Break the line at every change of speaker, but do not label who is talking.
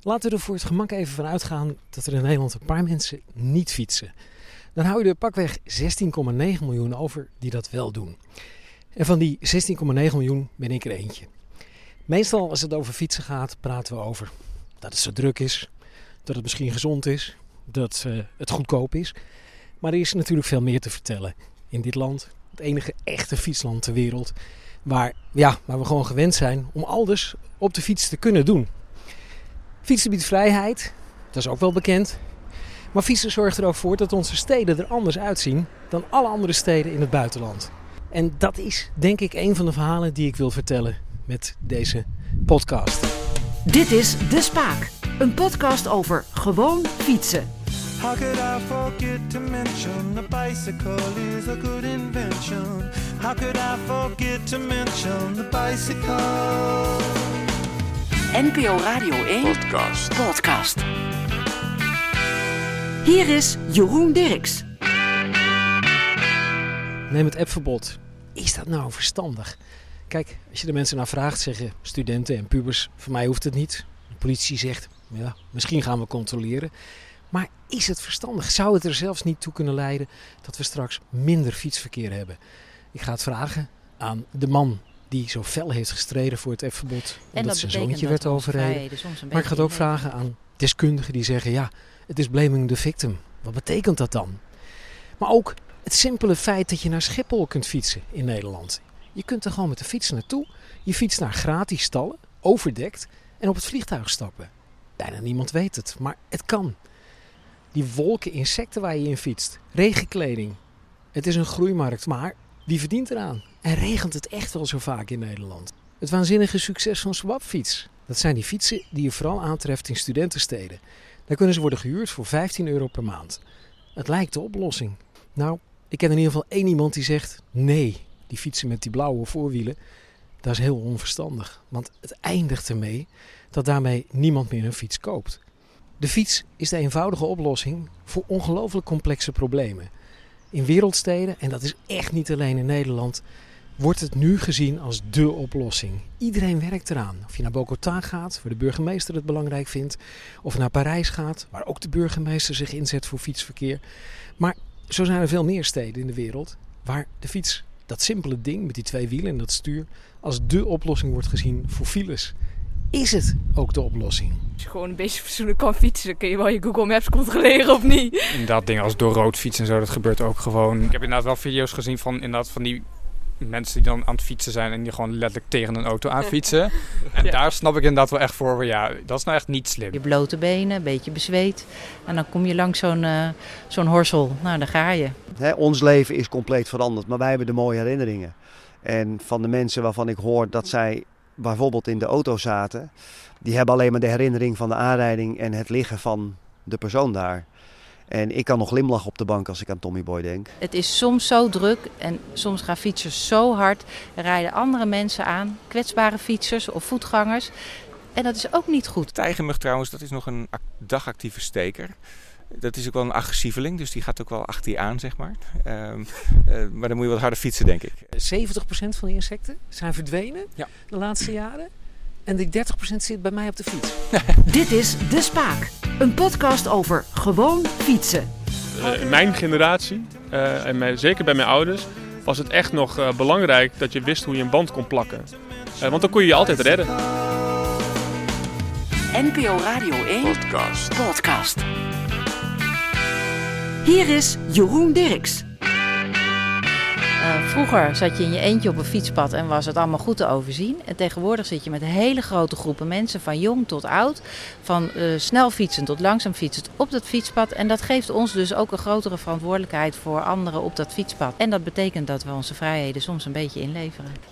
Laten we er voor het gemak even van uitgaan dat er in Nederland een paar mensen niet fietsen. Dan hou je er pakweg 16,9 miljoen over die dat wel doen. En van die 16,9 miljoen ben ik er eentje. Meestal als het over fietsen gaat, praten we over dat het zo druk is, dat het misschien gezond is, dat het goedkoop is. Maar er is natuurlijk veel meer te vertellen in dit land. Het enige echte fietsland ter wereld waar we gewoon gewend zijn om aldus op de fiets te kunnen doen. Fietsen biedt vrijheid, dat is ook wel bekend. Maar fietsen zorgt er ook voor dat onze steden er anders uitzien dan alle andere steden in het buitenland. En dat is denk ik een van de verhalen die ik wil vertellen met deze podcast.
Dit is De Spaak, een podcast over gewoon fietsen.
How could I forget to mention the bicycle is a good invention? How could I forget to mention the bicycle?
NPO Radio 1 podcast. Hier is Jeroen Dirks.
Neem het appverbod. Is dat nou verstandig? Kijk, als je de mensen naar vraagt, zeggen studenten en pubers, voor mij hoeft het niet. De politie zegt, ja, misschien gaan we controleren. Maar is het verstandig? Zou het er zelfs niet toe kunnen leiden dat we straks minder fietsverkeer hebben? Ik ga het vragen aan de man die zo fel heeft gestreden voor het appverbod, omdat zijn zoontje werd overreden. Maar ik ga het ook vragen aan deskundigen die zeggen, ja, het is blaming the victim. Wat betekent dat dan? Maar ook het simpele feit dat je naar Schiphol kunt fietsen in Nederland. Je kunt er gewoon met de fiets naartoe. Je fietst naar gratis stallen, overdekt en op het vliegtuig stappen. Bijna niemand weet het, maar het kan. Die wolken insecten waar je in fietst. Regenkleding. Het is een groeimarkt, maar wie verdient eraan? En regent het echt wel zo vaak in Nederland? Het waanzinnige succes van Swapfiets. Dat zijn die fietsen die je vooral aantreft in studentensteden. Daar kunnen ze worden gehuurd voor €15 per maand. Het lijkt de oplossing. Nou, ik ken in ieder geval één iemand die zegt, nee, die fietsen met die blauwe voorwielen, dat is heel onverstandig. Want het eindigt ermee dat daarmee niemand meer een fiets koopt. De fiets is de eenvoudige oplossing voor ongelooflijk complexe problemen. In wereldsteden, en dat is echt niet alleen in Nederland, wordt het nu gezien als dé oplossing. Iedereen werkt eraan. Of je naar Bogota gaat, waar de burgemeester het belangrijk vindt, of naar Parijs gaat, waar ook de burgemeester zich inzet voor fietsverkeer. Maar zo zijn er veel meer steden in de wereld waar de fiets, dat simpele ding met die 2 wielen en dat stuur, als dé oplossing wordt gezien voor files. Is het ook de oplossing?
Als je gewoon een beetje fatsoenlijk kan fietsen, dan kun je wel je Google Maps controleren of niet.
Inderdaad, dingen als door rood fietsen en zo, dat gebeurt ook gewoon. Ik heb inderdaad wel video's gezien van die mensen die dan aan het fietsen zijn en die gewoon letterlijk tegen een auto aanfietsen. En daar snap ik inderdaad wel echt voor, ja, dat is nou echt niet slim.
Je blote benen, een beetje bezweet en dan kom je langs zo'n horsel. Nou, daar ga je.
Ons leven is compleet veranderd, maar wij hebben de mooie herinneringen. En van de mensen waarvan ik hoor dat zij bijvoorbeeld in de auto zaten, die hebben alleen maar de herinnering van de aanrijding en het liggen van de persoon daar. En ik kan nog glimlachen op de bank als ik aan Tommy Boy denk.
Het is soms zo druk en soms gaan fietsers zo hard. Er rijden andere mensen aan, kwetsbare fietsers of voetgangers. En dat is ook niet goed.
Tijgermug trouwens, dat is nog een dagactieve steker. Dat is ook wel een agressieveling, dus die gaat ook wel achter je aan, zeg maar. Maar dan moet je wat harder fietsen, denk ik.
70% van de insecten zijn verdwenen de laatste jaren. En die 30% zit bij mij op de fiets.
Dit is De Spaak, een podcast over gewoon fietsen.
In mijn generatie, en zeker bij mijn ouders, was het echt nog belangrijk dat je wist hoe je een band kon plakken. Want dan kon je je altijd redden.
NPO Radio 1 podcast. Hier is Jeroen Dirks.
Vroeger zat je in je eentje op een fietspad en was het allemaal goed te overzien. En tegenwoordig zit je met hele grote groepen mensen, van jong tot oud, van snel fietsen tot langzaam fietsen op dat fietspad. En dat geeft ons dus ook een grotere verantwoordelijkheid voor anderen op dat fietspad. En dat betekent dat we onze vrijheden soms een beetje inleveren.